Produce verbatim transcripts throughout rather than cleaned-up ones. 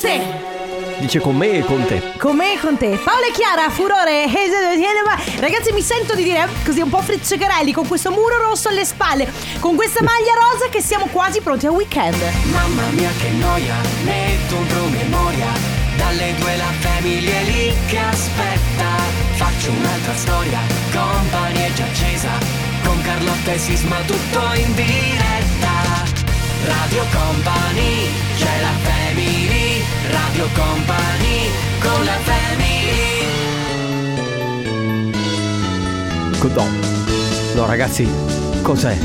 te. Dice con me e con te. Con me e con te. Paola e Chiara, furore. Ragazzi, mi sento di dire così un po' frizzocarelli, con questo muro rosso alle spalle, con questa maglia rosa, che siamo quasi pronti al weekend. Mamma mia che noia, metto un promemoria. Dalle due la famiglia è lì che aspetta. Faccio un'altra storia, Company è già accesa. Con Carlotta e Sisma tutto in diretta. Radio Company, c'è la family. Radio Company, con la family. No, no ragazzi, cos'è?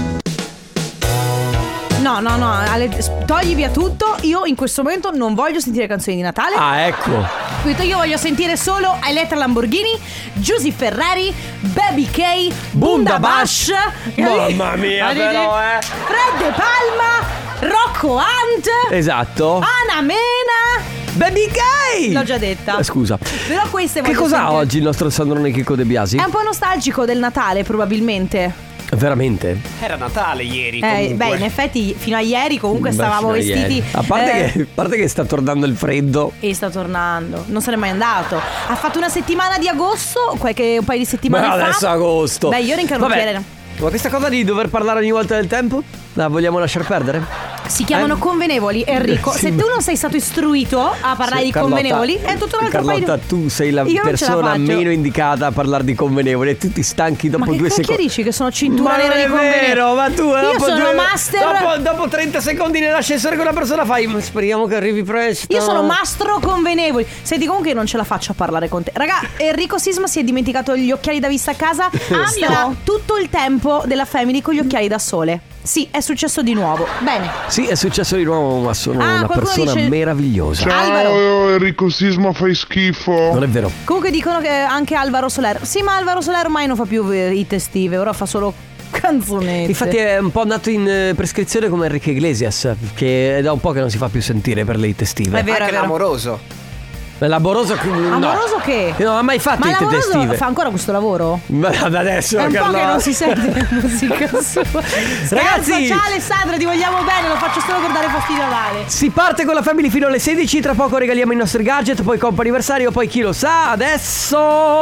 No, no, no, Ale, togli via tutto. Io in questo momento non voglio sentire canzoni di Natale. Ah, ecco. Quindi io voglio sentire solo Elettra Lamborghini, Giusy Ferreri, Baby K, Bunda Bash. Mamma mia, però, eh. Fred De Palma, Rocco Hunt. Esatto. Anna Mena, Baby K. l'ho già detta. Eh, Scusa. Però queste Che cos'ha sentire. oggi il nostro Sandrone Chicco De Biasi? È un po' nostalgico del Natale, probabilmente. Veramente? Era Natale ieri Eh, comunque. beh, in effetti fino a ieri comunque Beh, stavamo fino a vestiti. ieri. A parte, eh, che, a parte che sta tornando il freddo. E sta tornando, non se n'è mai andato. Ha fatto una settimana di agosto, qualche un paio di settimane Ma fa. adesso è agosto. Beh, io ero in canottiere. Ma questa cosa di dover parlare ogni volta del tempo la vogliamo lasciar perdere? Si chiamano Eh? convenevoli, Enrico. Sì, Se ma- tu non sei stato istruito a parlare Sì, di Carlotta, convenevoli, è tutto un altro Carlotta, paio di... tu sei la Io non ce la persona faccio. meno indicata a parlare di convenevoli e tu ti stanchi dopo Ma che due cacchio secondi. dici che sono cintura Ma nera non di è convenevoli? vero, ma tu Io dopo sono due- master. dopo, dopo trenta secondi nell'ascensore con una persona fai "Ma speriamo che arrivi presto". Io sono mastro convenevoli. Senti, comunque io non ce la faccio a parlare con te. Raga, Enrico Sisma si è dimenticato gli occhiali da vista a casa. Starà tutto il tempo della family con gli occhiali da sole. Sì, è successo di nuovo. Bene. Sì, è successo di nuovo, ma sono Ah, una qualcuno persona dice- meravigliosa. Alvaro. Ciao Enrico Sisma, fai schifo. Non è vero. Comunque dicono che anche Alvaro Soler. Sì, ma Alvaro Soler ormai non fa più eh, hit estive, ora fa solo canzonette. Infatti è un po' andato in eh, prescrizione come Enrique Iglesias, che è da un po' che non si fa più sentire per le hit estive. È vero, Anche è vero. l'amoroso. L'amoroso no. Amoroso che? Non ha mai fatto Ma hit l'amoroso estive. fa ancora questo lavoro? Ma da adesso È un po' Carlotta. che non si sente musica sua. Ragazzi! Scherzo, ciao Alessandro, ti vogliamo bene, lo faccio solo per dare fastidio a Vale. Si parte con la family fino alle sedici. Tra poco regaliamo i nostri gadget. Poi compo anniversario. Poi chi lo sa. Adesso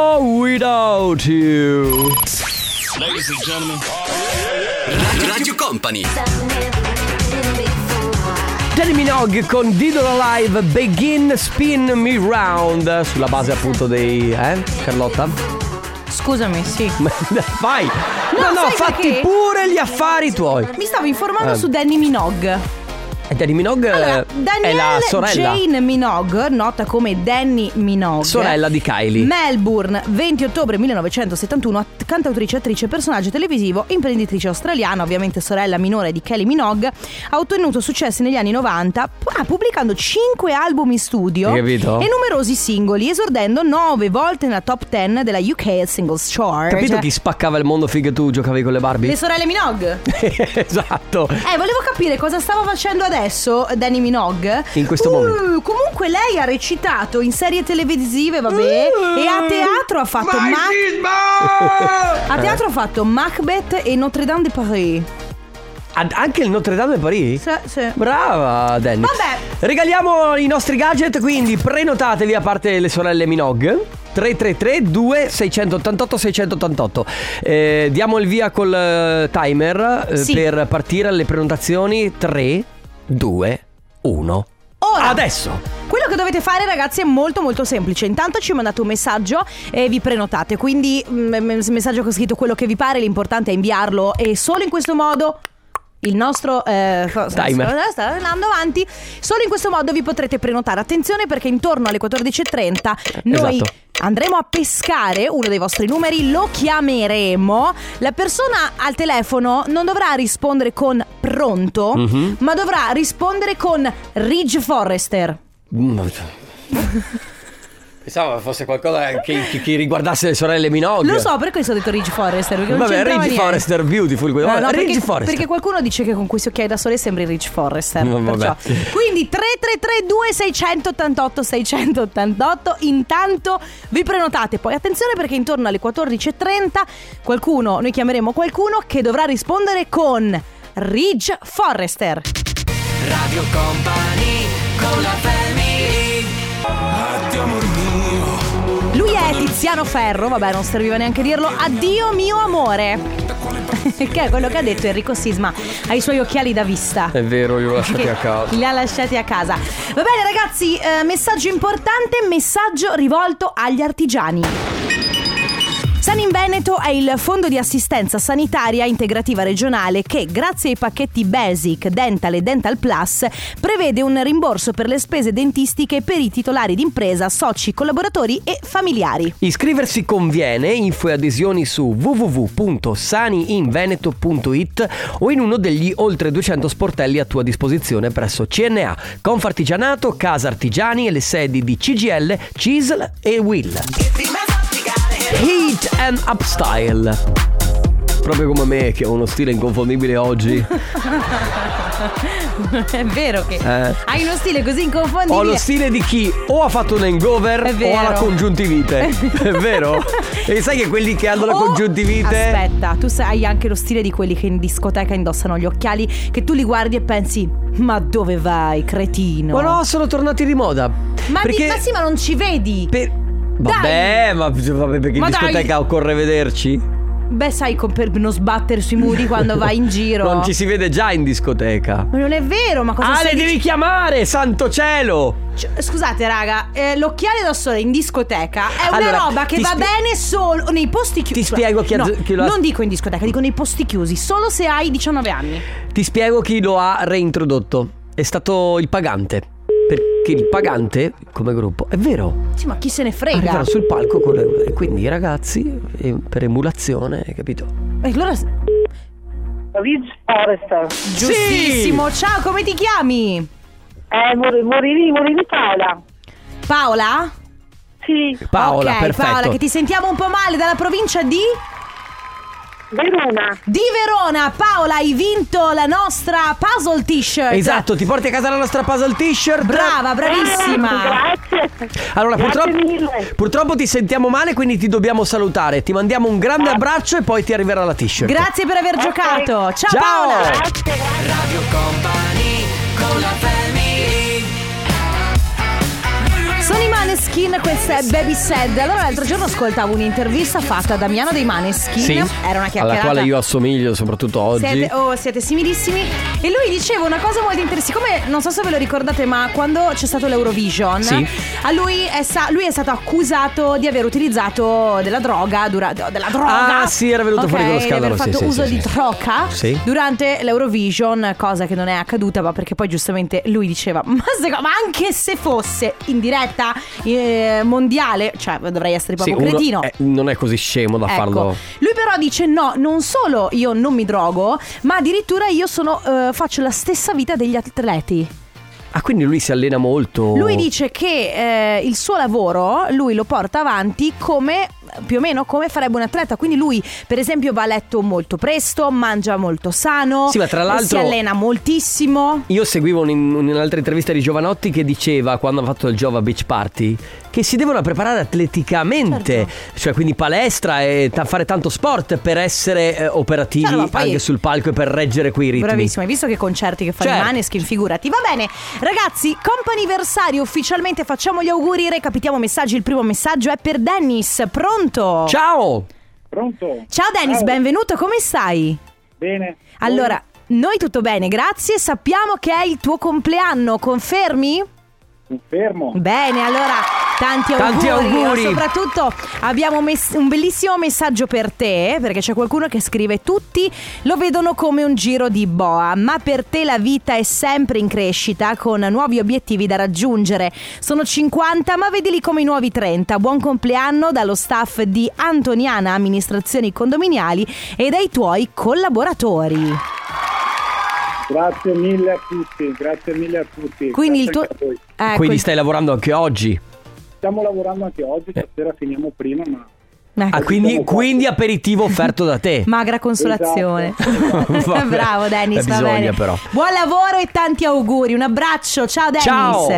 Without You. Ladies and gentlemen. Radio, Radio Company. Danny Minogue con Didola Live, Begin Spin Me Round. Sulla base appunto dei... Eh? Carlotta? Scusami, sì. Vai. No, No, no, sai fatti perché? pure gli affari tuoi. Mi stavo informando Eh. su Danny Minogue. E Danny Minogue Allora, è Danielle la sorella. Jane Minogue, nota come Danny Minogue, Sorella di Kylie. Melbourne, venti ottobre millenovecentosettantuno, cantautrice, attrice, personaggio televisivo, imprenditrice australiana, ovviamente sorella minore di Kylie Minogue. Ha ottenuto successi negli anni novanta, ah, pubblicando cinque album in studio. Hai capito? E numerosi singoli, esordendo nove volte nella top dieci della U K Singles Chart. Capito chi spaccava il mondo finché tu giocavi con le Barbie? Le sorelle Minogue. Esatto. Eh, volevo capire cosa stava facendo adesso Danny Minogue. In questo Uh, momento. Comunque lei ha recitato in serie televisive, vabbè, e a teatro ha fatto Vai Mac- Sisma! a teatro ha fatto Macbeth e Notre Dame de Paris. Ad- Anche il Notre Dame de Paris? Sì, sì. Brava Danny. Vabbè. Regaliamo i nostri gadget, quindi prenotatevi a parte le sorelle Minogue. tre tre tre due sei otto otto sei otto otto. eh, Diamo il via col eh, timer eh, Sì. per partire alle prenotazioni. Tre due uno. Ora. Adesso. Quello che dovete fare, ragazzi, è molto molto semplice. Intanto ci mandate un messaggio e vi prenotate. Quindi mm, m- messaggio con scritto quello che vi pare. L'importante è inviarlo. E solo in questo modo il nostro eh, Timer sta andando avanti. Solo in questo modo vi potrete prenotare. Attenzione, perché intorno alle quattordici e trenta noi Esatto. andremo a pescare uno dei vostri numeri. Lo chiameremo. La persona al telefono non dovrà rispondere con pronto, Mhm. ma dovrà rispondere con Ridge Forrester. Mm. Pensavo fosse qualcosa che, che, che riguardasse le sorelle Minogue. Lo so, per questo ho detto Ridge Forrester, perché non Vabbè, c'entrava Ridge niente. Forrester Beautiful. No, no, Ridge perché, Forrester. perché qualcuno dice che con questi occhiali da sole sembri Ridge Forrester. No, vabbè. Perciò. Quindi tre tre tre due sei otto otto sei otto otto. Intanto vi prenotate. Poi attenzione, perché intorno alle quattordici e trenta qualcuno, noi chiameremo qualcuno che dovrà rispondere con Ridge Forrester. Radio Company con la family. Tiziano Ferro, vabbè non serviva neanche dirlo, addio mio amore, che è quello che ha detto Enrico Sisma ai suoi occhiali da vista. È vero, li ho lasciati Che a casa. Li ha lasciati a casa. Va bene ragazzi, eh, messaggio importante, messaggio rivolto agli artigiani. San in Veneto è il fondo di assistenza sanitaria integrativa regionale che, grazie ai pacchetti Basic, Dental e Dental Plus, prevede un rimborso per le spese dentistiche per i titolari d'impresa, soci, collaboratori e familiari. Iscriversi conviene, info e adesioni su w w w punto sani in veneto punto i t o in uno degli oltre duecento sportelli a tua disposizione presso C N A, Confartigianato, Casa Artigiani e le sedi di C G L, C I S L e Will. Heat and Upstyle. Proprio come me che ho uno stile inconfondibile oggi. È vero che Eh. hai uno stile così inconfondibile. Ho lo stile di chi o ha fatto un hangover È vero. o ha la congiuntivite. È vero? E sai che quelli che hanno la O- congiuntivite. Aspetta, tu sai- hai anche lo stile di quelli che in discoteca indossano gli occhiali, che tu li guardi e pensi: ma dove vai, cretino? Ma no, sono tornati di moda. Ma, perché di, ma sì, ma non ci vedi. per- Dai. Vabbè, ma vabbè, perché in Ma dai. discoteca occorre vederci? Beh, sai, com- per non sbattere sui muri quando vai in giro. Non ci si vede già in discoteca. Ma non è vero, ma cosa Ah, stai le devi chiamare, santo cielo! dic- Scusate raga, eh, l'occhiale da sole in discoteca è una Allora, roba che ti va spie- bene solo nei posti chiusi. Ti spiego chi ha- no, chi lo ha- non dico in discoteca, dico nei posti chiusi, solo se hai diciannove anni. Ti spiego chi lo ha reintrodotto. È stato il Pagante. Perché il Pagante, come gruppo, è vero, Sì, ma chi se ne frega? arrivano sul palco con le- e quindi i ragazzi, eh, per emulazione, hai capito? E allora Ridge Forest. giustissimo. Ciao, come ti chiami? Eh, Mor- Morini, Morini Paola. Paola? Sì, Paola, Ok, perfetto. Paola, che ti sentiamo un po' male, dalla provincia di Verona. di Verona. Paola, hai vinto la nostra puzzle t-shirt. Esatto, ti porti a casa la nostra puzzle t-shirt. Brava, bravissima. Grazie. Allora, Grazie purtroppo, mille. purtroppo ti sentiamo male, quindi ti dobbiamo salutare. Ti mandiamo un grande abbraccio e poi ti arriverà la t-shirt. Grazie per aver giocato. Ciao, Ciao. Paola. Grazie, grazie. Radio Company con la family. Sono i Maneskin, questa è Baby Sad. Allora l'altro giorno ascoltavo un'intervista fatta da Damiano dei Maneskin. Sì, Era una chiacchierata. alla quale io assomiglio, soprattutto oggi. Siete, oh, siete similissimi. E lui diceva una cosa molto interessante. Siccome non so se ve lo ricordate, ma quando c'è stato l'Eurovision, Sì. a lui è, sta- lui è stato accusato di aver utilizzato della droga durante della droga. Ah, sì, era venuto Ok, fuori quello scandalo, di aver sì, fatto sì, uso sì, di sì. droga Sì. durante l'Eurovision, cosa che non è accaduta, ma perché poi giustamente lui diceva: Ma, se- ma anche se fosse in diretta eh, mondiale, cioè dovrei essere Sì, proprio uno cretino. è- non è così scemo da Ecco, farlo. lui però dice: no, non solo io non mi drogo, ma addirittura io sono eh, faccio la stessa vita degli atleti. Ah, quindi lui si allena molto. Lui dice che eh, il suo lavoro lui lo porta avanti come più o meno come farebbe un atleta. Quindi lui per esempio va a letto molto presto, mangia molto sano, Sì, ma tra l'altro- si allena moltissimo. Io seguivo un- un'altra intervista di Giovanotti che diceva, quando ha fatto il Giova Beach Party, che si devono preparare atleticamente, Certo. cioè quindi palestra e ta- fare tanto sport per essere eh, operativi Certo, ma poi- anche sul palco e per reggere quei ritmi. Bravissimo, hai visto che concerti che fanno Certo. i Maneskin, figurati. Va bene, ragazzi, comp'anniversario, ufficialmente facciamo gli auguri, recapitiamo messaggi. Il primo messaggio è per Dennis, pronto? Ciao! Pronto? Ciao Dennis, Ciao. benvenuto, come stai? Bene. Allora, noi tutto bene, grazie. Sappiamo che è il tuo compleanno, confermi? Confermo. Bene, allora tanti auguri. Tanti auguri. Ma soprattutto abbiamo mess- un bellissimo messaggio per te, perché c'è qualcuno che scrive: tutti lo vedono come un giro di boa, ma per te la vita è sempre in crescita, con nuovi obiettivi da raggiungere. Sono cinquanta, ma vedili come i nuovi trenta. Buon compleanno dallo staff di Antoniana Amministrazioni Condominiali e dai tuoi collaboratori. Grazie mille a tutti, grazie mille a tutti. Quindi il Grazie tuo anche a voi. ecco, Quindi il- stai lavorando anche oggi? Stiamo lavorando anche oggi, stasera finiamo prima, ma ecco, Ah, quindi, quindi aperitivo offerto da te. magra consolazione. Vabbè. Bravo Dennis, Eh, va bisogna, bene. però. Buon lavoro e tanti auguri. Un abbraccio, ciao Dennis. Ciao.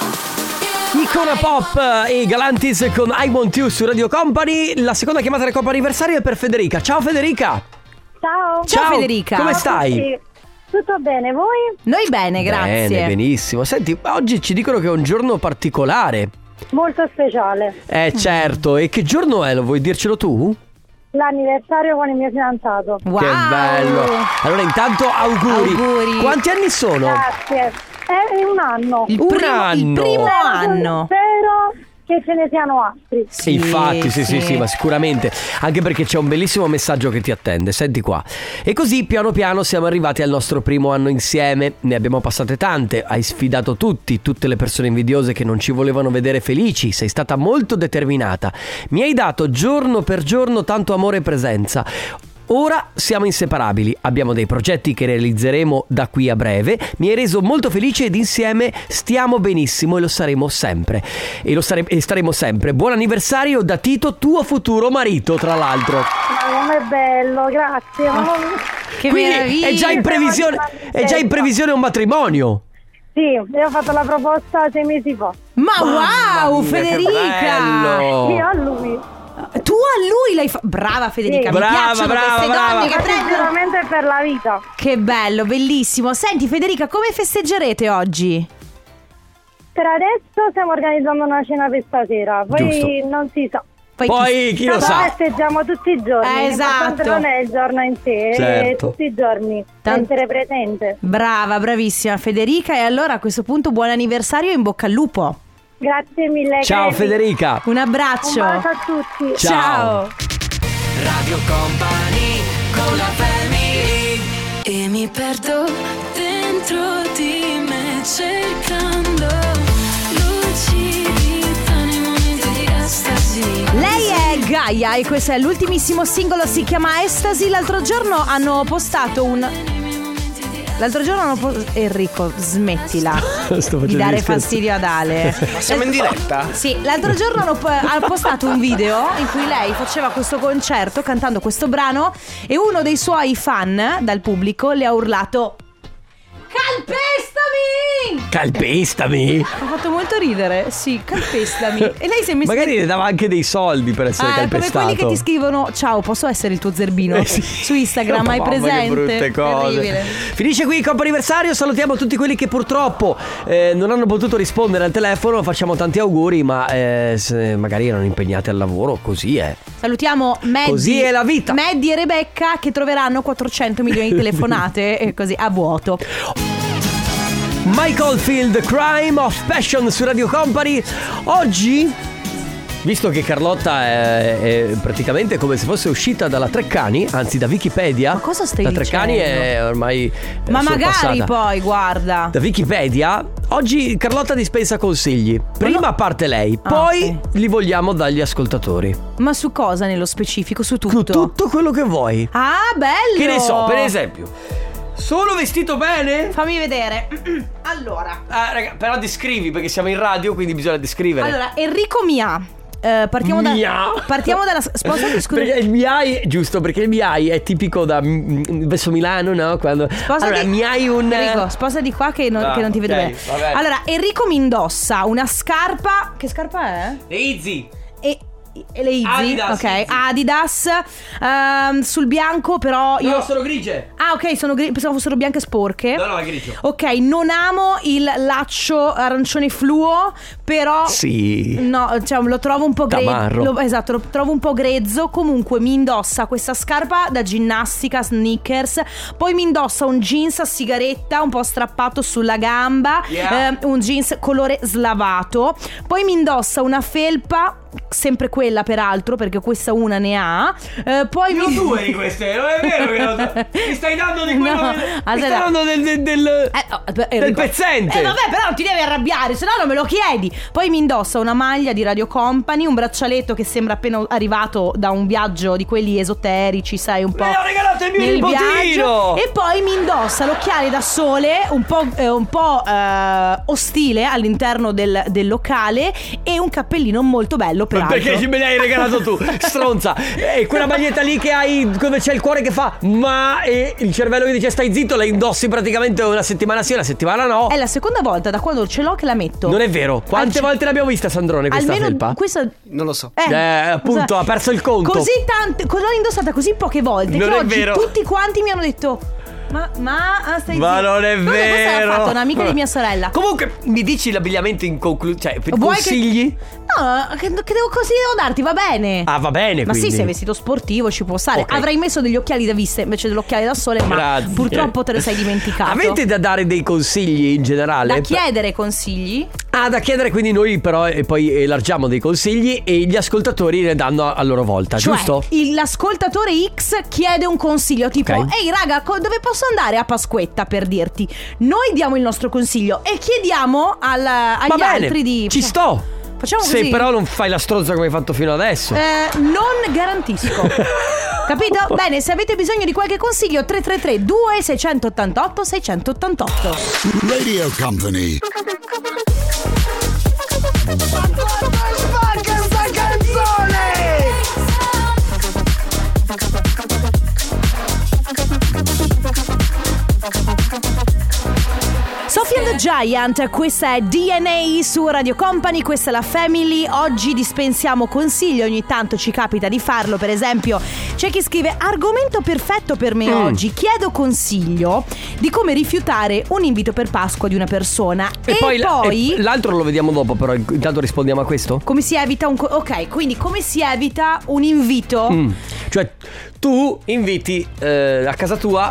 Icona Pop e Galantis con I Want You su Radio Company. La seconda chiamata del Coppa Anniversario è per Federica. Ciao Federica. Ciao. Ciao, Federica. Come stai? Sì. Tutto bene, voi? Noi bene, grazie. Bene, benissimo. Senti, oggi ci dicono che è un giorno particolare. Molto speciale. Eh certo, e che giorno è? Lo vuoi dircelo tu? L'anniversario con il mio fidanzato. Wow. Che bello. Allora intanto auguri. Auguri. Quanti anni sono? Grazie. È un anno. Il Un primo, anno. Il primo anno. Spero che ce ne siano altri. Sì, infatti, sì, sì, sì, ma sicuramente. Anche perché c'è un bellissimo messaggio che ti attende. Senti qua. E così piano piano siamo arrivati al nostro primo anno insieme. Ne abbiamo passate tante. Hai sfidato tutti, tutte le persone invidiose che non ci volevano vedere felici. Sei stata molto determinata. Mi hai dato giorno per giorno tanto amore e presenza. Ora siamo inseparabili, abbiamo dei progetti che realizzeremo da qui a breve. Mi hai reso molto felice ed insieme stiamo benissimo e lo saremo sempre. E lo sare- e staremo sempre. Buon anniversario da Tito, tuo futuro marito, tra l'altro. Ma com'è bello, grazie. Ma non- Che Quindi meraviglia. è già in previsione, è già in previsione un matrimonio. Sì, io ho fatto la proposta sei mesi fa. Ma Mamma wow, mia, Federica. che bello. Io a lui. Tu a lui l'hai fatto. Brava Federica, Sì. mi Brava, piacciono brava, queste brava. donne che Ma prendono. sicuramente per la vita. Che bello, bellissimo. Senti Federica, come festeggerete oggi? Per adesso stiamo organizzando una cena per stasera. Poi Giusto. non si sa. Poi chi lo Tanto sa. festeggiamo tutti i giorni. Eh, L'importante esatto. non è il giorno in sé, Certo. è tutti i giorni. Tant- Essere presente. Brava, bravissima Federica. E allora a questo punto buon anniversario e in bocca al lupo. Grazie mille. Ciao Kelly. Federica. Un Un abbraccio. bacio a tutti. Ciao. Radio Company con la family. E mi perdo dentro di me cercando lucidità nei momenti di estasi. Lei è Gaia e questo è l'ultimissimo singolo, si chiama Estasi. L'altro giorno hanno postato un... L'altro giorno hanno postato... Enrico, smettila Sto di facendo dare gli scherzi. fastidio ad Ale. Ma siamo in diretta? Sì, l'altro giorno hanno, po- hanno postato un video in cui lei faceva questo concerto cantando questo brano e uno dei suoi fan dal pubblico le ha urlato calpestami! Calpestami. Ha fatto molto ridere, sì, calpestami. E lei si è messa... Magari le dava anche dei soldi per essere Ah, come calpestato. quelli che ti scrivono ciao, posso essere il tuo zerbino? Eh sì. Su Instagram, hai Mamma, che presente? brutte cose. Terribile. Finisce qui il comp'anniversario. Salutiamo tutti quelli che purtroppo eh, non hanno potuto rispondere al telefono. Facciamo tanti auguri, ma eh, se magari erano impegnati al lavoro. Così è. Salutiamo Maddie, Così è la vita. Maddie e Rebecca che troveranno quattrocento milioni di telefonate e così a vuoto. Michael Field, Crime of Passion su Radio Company. Oggi, visto che Carlotta è, è praticamente come se fosse uscita dalla Treccani, anzi da Wikipedia. Ma cosa stai La dicendo? Treccani è ormai eh, Ma sorpassata. magari poi, guarda. Da Wikipedia, oggi Carlotta dispensa consigli. Prima no. a parte lei, Ah, poi ok. li vogliamo dagli ascoltatori. Ma su cosa nello specifico? Su tutto? Su tutto quello che vuoi. Ah, bello! Che ne so, per esempio, sono vestito bene? Fammi vedere. Allora. Ah, raga, però descrivi perché siamo in radio, quindi bisogna descrivere. Allora, Enrico Mia. Eh, partiamo da Mia. Partiamo dalla Sposati, scusa. Perché il miai, giusto, perché il miai è tipico da mm, verso Milano, no? Quando Sposati, allora miai un Enrico, sposa di qua che non, Ah, che non ti vedo ok, bene. va bene. Allora, Enrico mi indossa una scarpa. Che scarpa è? Easy. E, e le Easy, Adidas, ok, Easy. Adidas ehm, sul bianco però io No, sono grigie. Ah, ok, sono gri- pensavo fossero bianche sporche. No, no, è grigio. Ok, non amo il laccio arancione fluo, però Sì. no, cioè lo trovo un po' Tamarro. grezzo. Esatto, lo trovo un po' grezzo. Comunque mi indossa questa scarpa da ginnastica, sneakers. Poi mi indossa un jeans a sigaretta un po' strappato sulla gamba, Yeah. eh, un jeans colore slavato. Poi mi indossa una felpa, sempre quella peraltro, perché questa una ne ha. Eh, poi Io mi due di queste, non è vero che lo- mi stai dando di quello No, che- mi aspetta. stai dando del del, del, Eh, oh, beh, del Enrico. pezzente. Eh vabbè, però non ti devi arrabbiare, se no non me lo chiedi. Poi mi indossa una maglia di Radio Company, un braccialetto che sembra appena arrivato da un viaggio di quelli esoterici, sai, un po'. Me l'ho regalato il mio nel nipotino. viaggio. E poi mi indossa l'occhiale da sole un po', eh, un po' eh, ostile all'interno del, del locale e un cappellino molto bello peraltro. Perché me l'hai regalato tu, stronza. E quella maglietta lì che hai, dove c'è il cuore che fa ma, e il cervello che dice stai zitto, la indossi praticamente una settimana sì, una settimana no. È la seconda volta da quando ce l'ho che la metto. Non è vero. Quante Al- volte l'abbiamo vista Sandrone questa Almeno felpa? questa. Non lo so. Eh, Eh, appunto, ha perso il conto. Così tante, l'ho indossata così poche volte Non che è oggi vero. tutti quanti mi hanno detto Ma, ma, stai Ma zitto. non è Comunque, vero. Questa l'ha fatta un'amica di mia sorella. Comunque mi dici l'abbigliamento in conclusione, cioè Vuoi consigli? Che... No, che, che devo consigli devo darti, va bene. Ah, va bene, ma quindi. sì, se è vestito sportivo ci può stare. Okay. Avrei messo degli occhiali da vista invece degli occhiali da sole, ma Grazie. purtroppo te ne sei dimenticato. Avete da dare dei consigli in generale? Da chiedere consigli? Ah, da chiedere, quindi noi però e poi elargiamo dei consigli e gli ascoltatori ne danno a loro volta, cioè, giusto? Il, l'ascoltatore X chiede un consiglio tipo Ok. ehi raga, co- dove posso andare a Pasquetta, per dirti. Noi diamo il nostro consiglio e chiediamo al, agli Va bene, altri di... ci sto. Facciamo Se così. però non fai la stronza come hai fatto fino adesso. Eh, non garantisco. Capito? Bene, se avete bisogno di qualche consiglio tre tre tre due sei otto otto sei otto otto. Radio Company. Sophie and the Giant, questa è D N A su Radio Company, questa è la Family. Oggi dispensiamo consigli, ogni tanto ci capita di farlo. Per esempio c'è chi scrive: argomento perfetto per me Mm. oggi, chiedo consiglio di come rifiutare un invito per Pasqua di una persona. E, E, poi, poi, e l'altro lo vediamo dopo, però intanto rispondiamo a questo. come si evita un... co- ok, quindi come si evita un invito? Mm. Cioè tu inviti eh, a casa tua.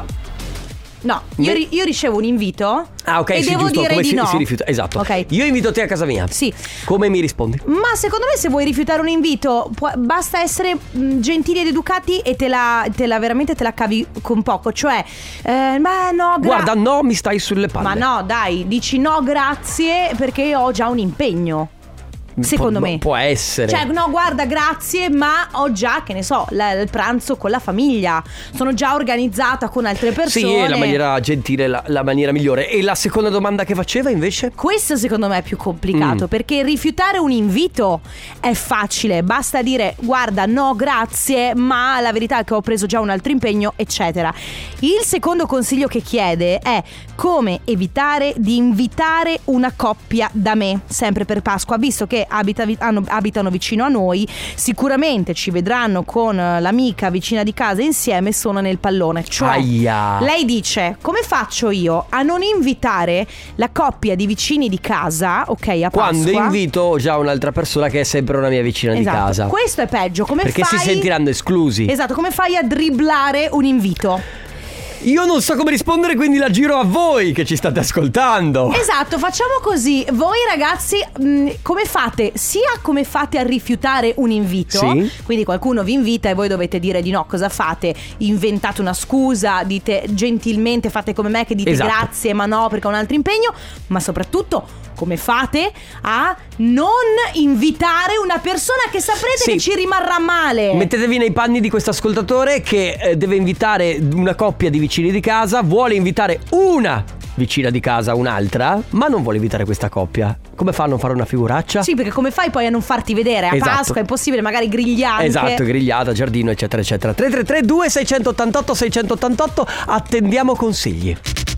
No, io, Me- ri- io ricevo un invito. Ah, ok, e sì, devo giusto, dire come di si, no. si rifiuta. Esatto. Ok. Io invito te a casa mia. Sì. Come mi rispondi? Ma secondo me se vuoi rifiutare un invito può- basta essere mh, gentili ed educati e te la, te la veramente te la cavi con poco. Cioè eh, ma no gra- Guarda, no, mi stai sulle palle. Ma no dai, dici no grazie perché ho già un impegno. Secondo Pu- me Può essere. Cioè no guarda grazie, ma ho già, che ne so, la- il pranzo con la famiglia. Sono già organizzata con altre persone. Sì, è la maniera gentile, la, la maniera migliore. E la seconda domanda che faceva invece? Questo secondo me è più complicato, Mm. perché rifiutare un invito è facile, basta dire guarda no grazie, ma la verità è che ho preso già un altro impegno, eccetera. Il secondo consiglio che chiede è come evitare di invitare una coppia da me, sempre per Pasqua, visto che abita, hanno, abitano vicino a noi, sicuramente ci vedranno con eh, l'amica vicina di casa insieme, sono nel pallone. Cioè Aia. lei dice: come faccio io a non invitare la coppia di vicini di casa, ok, a Pasqua? Quando invito già un'altra persona che è sempre una mia vicina Esatto. di casa. Questo è peggio. Come Perché fai... si sentiranno esclusi. Esatto, come fai a dribblare un invito? Io non so come rispondere, quindi la giro a voi che ci state ascoltando. Esatto, facciamo così. Voi ragazzi, mh, come fate? Sia come fate a rifiutare un invito, Sì. quindi qualcuno vi invita e voi dovete dire di no. Cosa fate? Inventate una scusa, dite gentilmente, fate come me che dite Esatto. grazie ma no perché ho un altro impegno. Ma soprattutto come fate a non invitare una persona che saprete Sì. che ci rimarrà male? Mettetevi nei panni di questo ascoltatore che eh, deve invitare una coppia di vicini di casa, vuole invitare una vicina di casa, un'altra, ma non vuole invitare questa coppia. Come fa a non fare una figuraccia? Sì, perché come fai poi a non farti vedere? A Esatto. Pasqua è impossibile, magari grigli anche. Esatto, grigliata, giardino, eccetera, eccetera. tre tre tre due sei otto otto sei otto otto. Attendiamo consigli.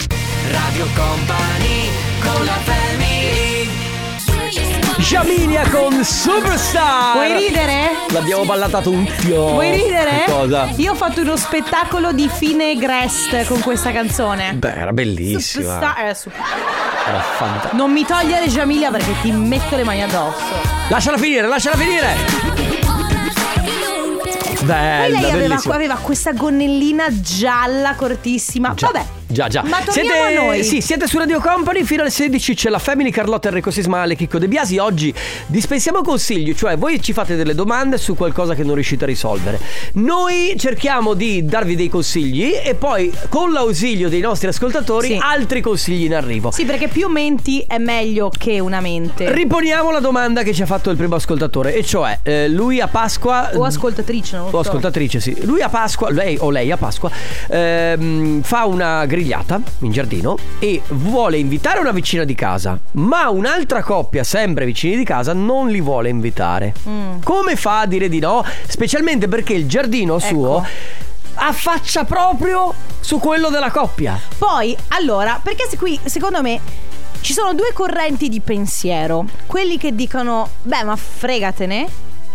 Radio Company con la family. Jamilia con Superstar. Vuoi ridere? L'abbiamo ballata tutti. Vuoi ridere? Cosa? Io ho fatto uno spettacolo di fine Grest con questa canzone. Beh, era bellissima. Superstar- eh, super- Era fantastica. Non mi togliere Jamilia perché ti metto le mani addosso. Lasciala finire, lasciala finire. Poi Bella, lei aveva, bellissima. aveva questa gonnellina gialla cortissima. Già, Vabbè. Già, già. Ma torniamo siete, a noi. Sì, siete su Radio Company. Fino alle sedici c'è la Family, Carlotta, Enrico Sisma, Ale, Chicco De Biasi. Oggi dispensiamo consigli. Cioè voi ci fate delle domande su qualcosa che non riuscite a risolvere. Noi cerchiamo di darvi dei consigli e poi con l'ausilio dei nostri ascoltatori Sì. altri consigli in arrivo. Sì, perché più menti è meglio che una mente. Riponiamo la domanda che ci ha fatto il primo ascoltatore. E cioè eh, lui a Pasqua O ascoltatrice, non lo O so. ascoltatrice, sì. Lui a Pasqua, lei o lei a Pasqua ehm, fa una grigliata in giardino e vuole invitare una vicina di casa, ma un'altra coppia, sempre vicini di casa, non li vuole invitare. Mm. Come fa a dire di no? Specialmente perché il giardino suo affaccia proprio su quello della coppia. Poi, allora, perché se qui, secondo me, ci sono due correnti di pensiero. Quelli che dicono, beh, ma fregatene.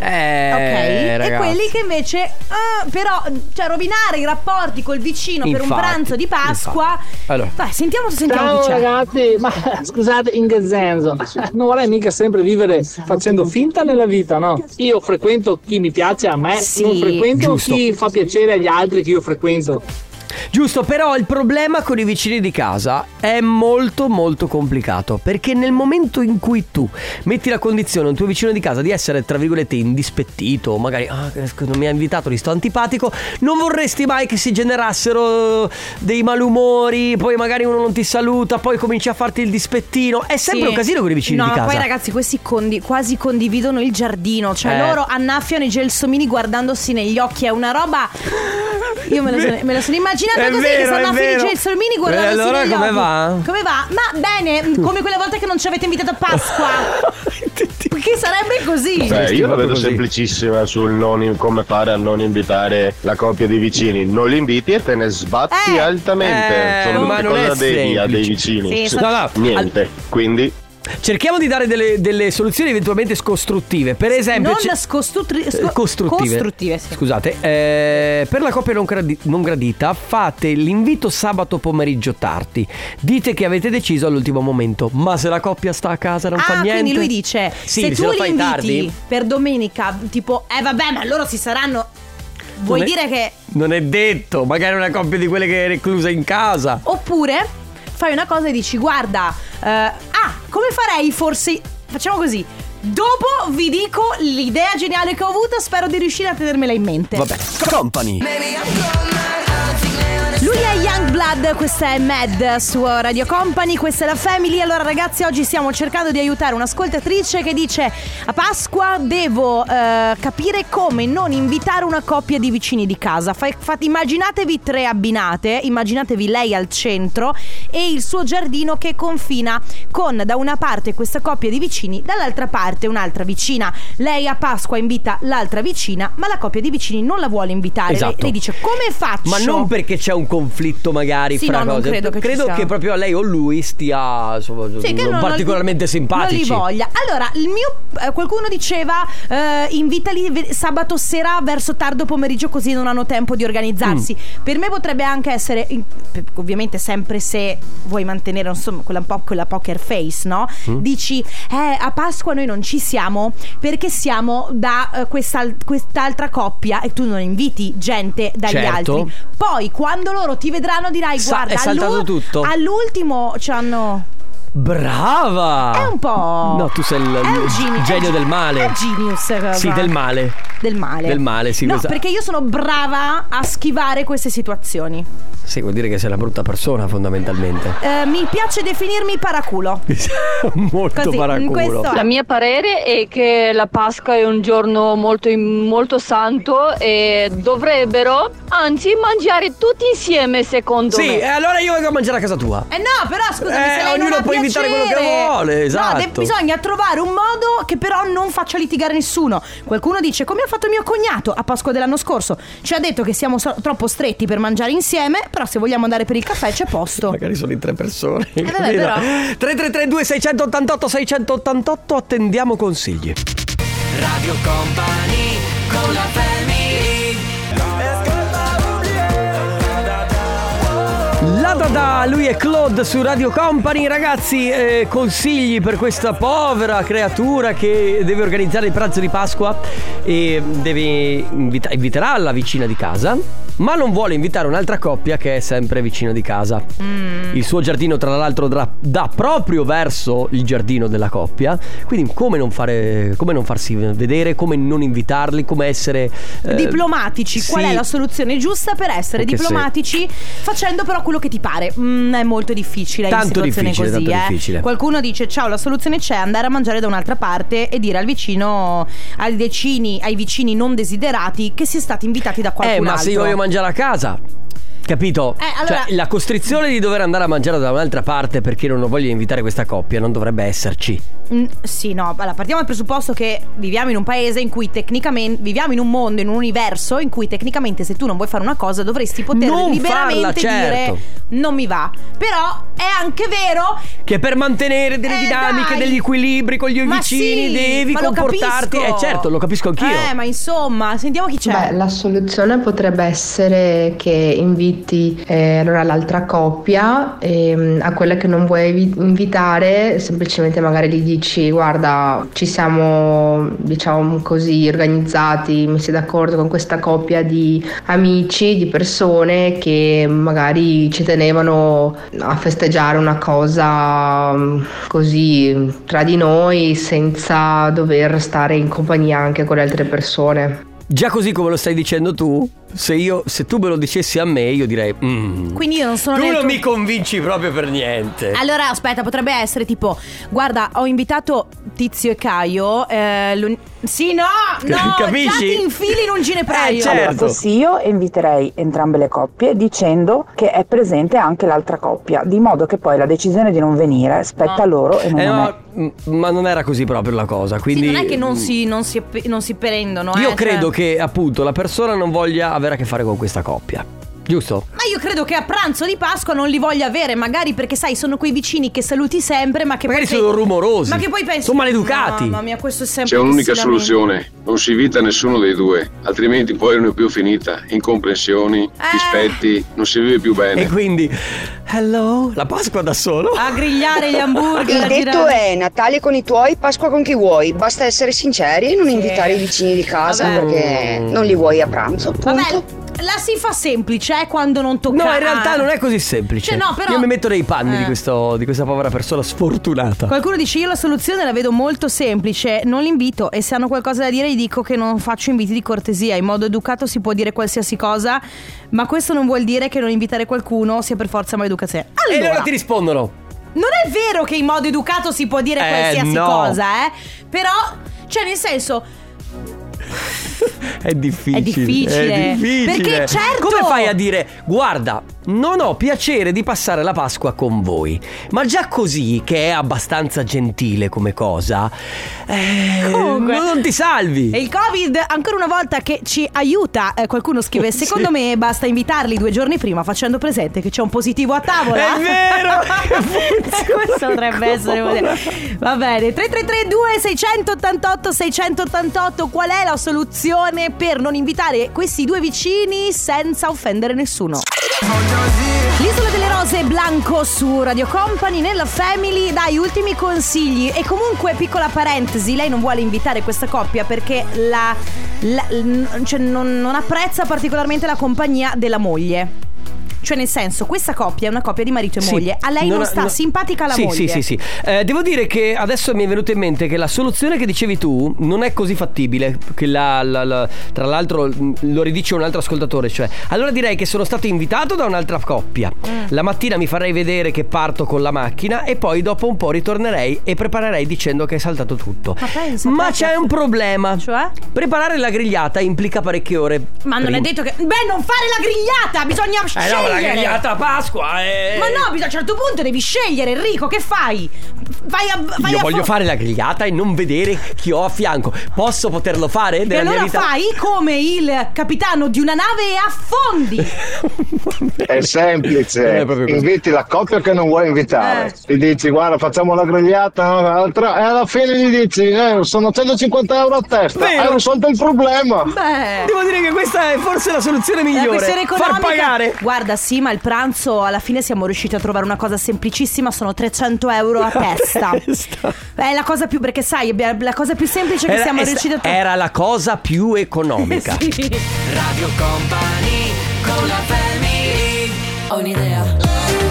Eh, ok, ragazzi. e quelli che invece ah, però, cioè, rovinare i rapporti col vicino per un Infatti, pranzo di Pasqua. Allora. Dai, sentiamo se sentiamo Ciao chi c'è. ragazzi, ma scusate, in che senso? Non vorrei mica sempre vivere facendo finta nella vita, no? Io frequento chi mi piace a me, Sì. non frequento Giusto. chi fa piacere agli altri che io frequento. Giusto, però il problema con i vicini di casa è molto molto complicato, perché nel momento in cui tu metti la condizione a un tuo vicino di casa di essere, tra virgolette, indispettito, magari ah, non mi ha invitato, gli sto antipatico, non vorresti mai che si generassero dei malumori, poi magari uno non ti saluta, poi cominci a farti il dispettino. È sempre Sì. un casino con i vicini no, di casa. No, poi ragazzi, questi condi- quasi condividono il giardino. Cioè Eh. loro annaffiano i gelsomini guardandosi negli occhi. È una roba. Io me lo sono, me lo sono immaginata È così, vero, che è stanno a vero. i gelsomini E guardandosi allora negli come occhi. va? Come va? Ma bene, come quelle volte che non ci avete invitato a Pasqua. Perché sarebbe così. Beh, io la vedo così. semplicissima sul non, come fare a non invitare la coppia di vicini. Non li inviti e te ne sbatti Eh. altamente. Eh, Sono ma tutte non è cose devi a dei semplice. vicini. Sì, No, no, Niente. Quindi cerchiamo di dare delle, delle soluzioni eventualmente scostruttive. Per esempio, Non c'è- scostutri- sco- Eh, costruttive. costruttive, sì. Scusate, eh, per la coppia non, gradi- non gradita, fate l'invito sabato pomeriggio tardi. Dite che avete deciso all'ultimo momento. Ma se la coppia sta a casa non Ah, fa niente. quindi lui dice: Sì, se se tu lo li fai inviti tardi. per domenica, tipo, eh vabbè, ma loro si saranno. Vuoi Non è- dire che. Non è detto, magari una coppia di quelle che è reclusa in casa. Oppure fai una cosa e dici: guarda, eh, ah, come farei forse. Facciamo così. Dopo vi dico l'idea geniale che ho avuto. Spero di riuscire a tenermela in mente. Vabbè, Company. Lui è Youngblood, questa è Mad su Radio Company, questa è la Family. Allora ragazzi, oggi stiamo cercando di aiutare un'ascoltatrice che dice: a Pasqua devo eh, capire come non invitare una coppia di vicini di casa. Fa- fate, immaginatevi tre abbinate, immaginatevi lei al centro e il suo giardino che confina con da una parte questa coppia di vicini, dall'altra parte un'altra vicina. Lei a Pasqua invita l'altra vicina, ma la coppia di vicini non la vuole invitare. Esatto. Lei, lei dice: come faccio? Ma non perché c'è un conflitto magari Sì, fra no, non cose. credo che ci sia. che proprio a lei o lui stia insomma, Sì, che non non- particolarmente simpatici. Non li voglia. Allora, il mio eh, qualcuno diceva eh, invitali ve- sabato sera verso tardo pomeriggio, così non hanno tempo di organizzarsi. Mm. Per me potrebbe anche essere in- p- ovviamente sempre se vuoi mantenere insomma quella un po' quella poker face, no? Mm. Dici eh, a Pasqua noi non ci siamo perché siamo da eh, questa, quest'altra coppia e tu non inviti gente dagli Certo. altri. Poi quando loro ti vedranno dirai: Sa- guarda, è saltato all'u- tutto. all'ultimo ci hanno. Brava! È un po'. No, tu sei il, È un il geni- genio è del male. È genius. eh, Sì, va. del male. Del male. Del male, sì. No, questa- perché io sono brava a schivare queste situazioni. Sì, vuol dire che sei una brutta persona fondamentalmente. Eh, mi piace definirmi paraculo. Molto Così, paraculo. questo è. La mia parere è che la Pasqua è un giorno molto, molto santo e dovrebbero, anzi, mangiare tutti insieme, secondo Sì, me. e allora io vengo a mangiare a casa tua. Eh no, però scusami, Eh, se lei ognuno non ha può invitare quello che piacere. vuole, esatto. No, de- bisogna trovare un modo che però non faccia litigare nessuno. Qualcuno dice: come ha fatto mio cognato a Pasqua dell'anno scorso. Ci ha detto che siamo so- troppo stretti per mangiare insieme, però se vogliamo andare per il caffè c'è posto. Magari sono in tre persone. Eh, vabbè, però. tre tre tre due sei otto otto sei otto otto, attendiamo consigli. Radio Company con la family. La Dada, lui è Claude su Radio Company. Ragazzi, eh, consigli per questa povera creatura che deve organizzare il pranzo di Pasqua e deve invita- inviterà la vicina di casa, ma non vuole invitare un'altra coppia che è sempre vicina di casa. Mm. Il suo giardino, tra l'altro, dà, dà proprio verso il giardino della coppia. Quindi come non fare, come non farsi vedere, come non invitarli, come essere eh, diplomatici. Qual sì. è la soluzione giusta per essere Anche se- diplomatici facendo però quello che ti pare? Mm, è molto difficile in Tanto situazioni difficile, così, tanto eh. difficile. Qualcuno dice: ciao, la soluzione c'è, andare a mangiare da un'altra parte e dire al vicino, ai vicini, ai vicini non desiderati che si è stati invitati da qualcun Eh, ma altro. se io voglio mangiare a casa, capito? Eh, allora- Cioè, la costrizione di dover andare a mangiare da un'altra parte perché non voglio invitare questa coppia non dovrebbe esserci. Mm, sì, no, allora partiamo dal presupposto che viviamo in un paese in cui tecnicamente viviamo in un mondo, in un universo in cui tecnicamente se tu non vuoi fare una cosa dovresti poter Non liberamente farla, certo. dire non mi va. Però è anche vero che per mantenere delle Eh, dinamiche, dai. degli equilibri con gli Ma vicini sì, devi ma lo comportarti. capisco. Eh certo, lo capisco anch'io. Eh, ma insomma, sentiamo chi c'è. Beh, la soluzione potrebbe essere che inviti eh, allora l'altra coppia e a quella che non vuoi vi- invitare semplicemente magari gli dici: guarda, ci siamo diciamo così organizzati, messi d'accordo con questa coppia di amici, di persone che magari ci tenevano a festeggiare una cosa mm, così tra di noi senza dover stare in compagnia anche con le altre persone. Già così come lo stai dicendo tu, se io se tu me lo dicessi a me, io direi mm, Quindi io non sono tu nel non tuo- mi convinci proprio per niente. Allora aspetta, potrebbe essere tipo: guarda, ho invitato Tizio e Caio eh, l'un- Sì, no, no, Capisci? già ti infili in un ginepraio. Eh, certo. Allora, fossi io inviterei entrambe le coppie dicendo che è presente anche l'altra coppia, di modo che poi la decisione di non venire spetta a loro e non Eh, a me. no, m- ma non era così proprio la cosa, quindi Sì, non è che non si, non si, non si prendono. io eh, credo cioè- che appunto la persona non voglia avere a che fare con questa coppia. Giusto? Ma io credo che a pranzo di Pasqua non li voglia avere, magari perché sai, sono quei vicini che saluti sempre, ma che Magari poi sono rumorosi. Ma che poi pensi: sono maleducati. Mamma mia, questo è sempre C'è un'unica che si lamenta. soluzione, non si invita nessuno dei due, altrimenti poi non è più finita. Incomprensioni, dispetti, non si vive più bene. E quindi, hello, la Pasqua da solo? A grigliare gli hamburger. Il a detto girare- è Natale con i tuoi, Pasqua con chi vuoi. Basta essere sinceri e non Sì. invitare i vicini di casa Vabbè. perché non li vuoi a pranzo. Punto. Vabbè, la si fa semplice eh, quando non tocca. No, in realtà non è così semplice. Cioè, no, però- Io mi metto nei panni Eh. di, questo, di questa povera persona sfortunata. Qualcuno dice: io la soluzione la vedo molto semplice, non li invito, e se hanno qualcosa da dire gli dico che non faccio inviti di cortesia. In modo educato si può dire qualsiasi cosa, ma questo non vuol dire che non invitare qualcuno sia per forza maleducazione. E Allora, allora ti rispondono. non è vero che in modo educato si può dire Eh, qualsiasi no. cosa, eh. Però, cioè nel senso, È difficile. È difficile. È difficile. Perché certo- Come fai a dire: guarda, non ho piacere di passare la Pasqua con voi? Ma già così, che è abbastanza gentile come cosa, eh, Comunque. non ti salvi. e il Covid ancora una volta che ci aiuta, eh, qualcuno scrive: Sì. secondo me basta invitarli due giorni prima facendo presente che c'è un positivo a tavola. È vero. Questo potrebbe essere modelo. Va bene. Tre tre tre due sei otto otto sei otto otto. Qual è la soluzione per non invitare questi due vicini senza offendere nessuno? L'Isola delle Rose, Blanco su Radio Company. Nella Family dai ultimi consigli. E comunque, piccola parentesi, lei non vuole invitare questa coppia perché la, la- l- cioè non, non apprezza particolarmente la compagnia della moglie. Cioè nel senso, questa coppia è una coppia di marito e Sì. moglie. A lei non, Non- sta no- simpatica la sì, moglie. Sì, sì, sì. Eh, devo dire che adesso mi è venuto in mente che la soluzione che dicevi tu non è così fattibile. Che la, la- la- tra l'altro mh, lo ridice un altro ascoltatore. Cioè, allora direi che sono stato invitato da un'altra coppia. Mm. La mattina mi farei vedere che parto con la macchina e poi dopo un po' ritornerei e preparerei dicendo che è saltato tutto. Ma pensa, Ma pensa. c'è un problema. Cioè? Preparare la grigliata implica parecchie ore. Ma non prima. è detto che... Beh, non fare la grigliata, bisogna Eh scegliere. no, la grigliata a Pasqua è... Ma no, bisogna- a un certo punto devi scegliere, Enrico, che fai? Vai a... Vai Io a voglio fo- fare la grigliata e non vedere chi ho a fianco. Posso poterlo fare E nella allora mia vita? fai come il capitano di una nave e affondi. È semplice, È proprio così. inviti la coppia che non vuoi invitare, Eh. gli dici guarda facciamo la grigliata, no, l'altra- e alla fine gli dici eh, sono centocinquanta euro a testa, Vero. hai risolto il problema. Beh, Devo dire che questa è forse la soluzione la migliore. questione economica. Far pagare. Guarda, sì, ma il pranzo alla fine siamo riusciti a trovare una cosa semplicissima. Sono trecento euro a testa. È la cosa più, perché sai, abbiamo- la cosa più semplice che Era, siamo è- riusciti a trovare. era la cosa più economica. Sì. Radio Company con la family. Ho un'idea.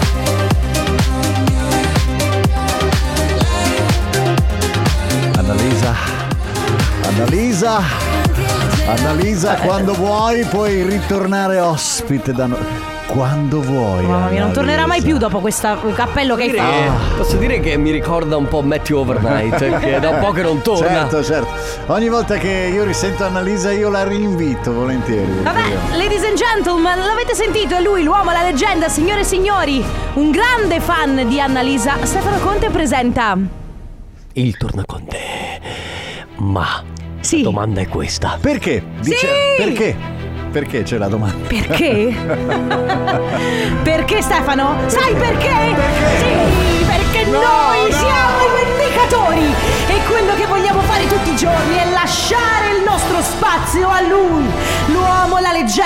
Annalisa, Annalisa, Annalisa, quando vuoi puoi ritornare ospite da noi. Quando vuoi. Mamma mia, non tornerà mai Annalisa. più dopo questo cappello che hai Posso dire, fatto. posso dire che mi ricorda un po' Matthew Overnight, che da un po' che non torna. Certo, certo. Ogni volta che io risento Annalisa io la rinvito volentieri. Vabbè, ladies and gentlemen, l'avete sentito? È lui, l'uomo, la leggenda, signore e signori, un grande fan di Annalisa. Stefano Conte presenta Il tornaconte. Ma Sì. la domanda è questa. Perché? Dice, Sì! Perché? Perché c'è la domanda? Perché? Perché Stefano? Sai perché? Sì, perché noi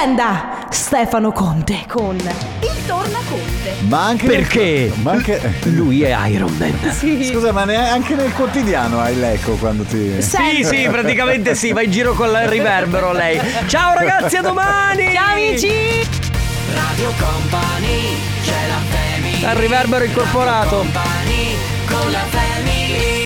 leggenda Stefano Conte con il Tornaconte. Ma anche Perché? Nel, ma anche lui è Iron Man. Sì. Scusa, ma ne- anche nel quotidiano hai l'eco quando ti. Sì, sì, praticamente sì, va in giro con il riverbero lei. Ciao ragazzi, a domani! Ciao amici! Radio Company, c'è la family. Al riverbero incorporato. Company, con la family.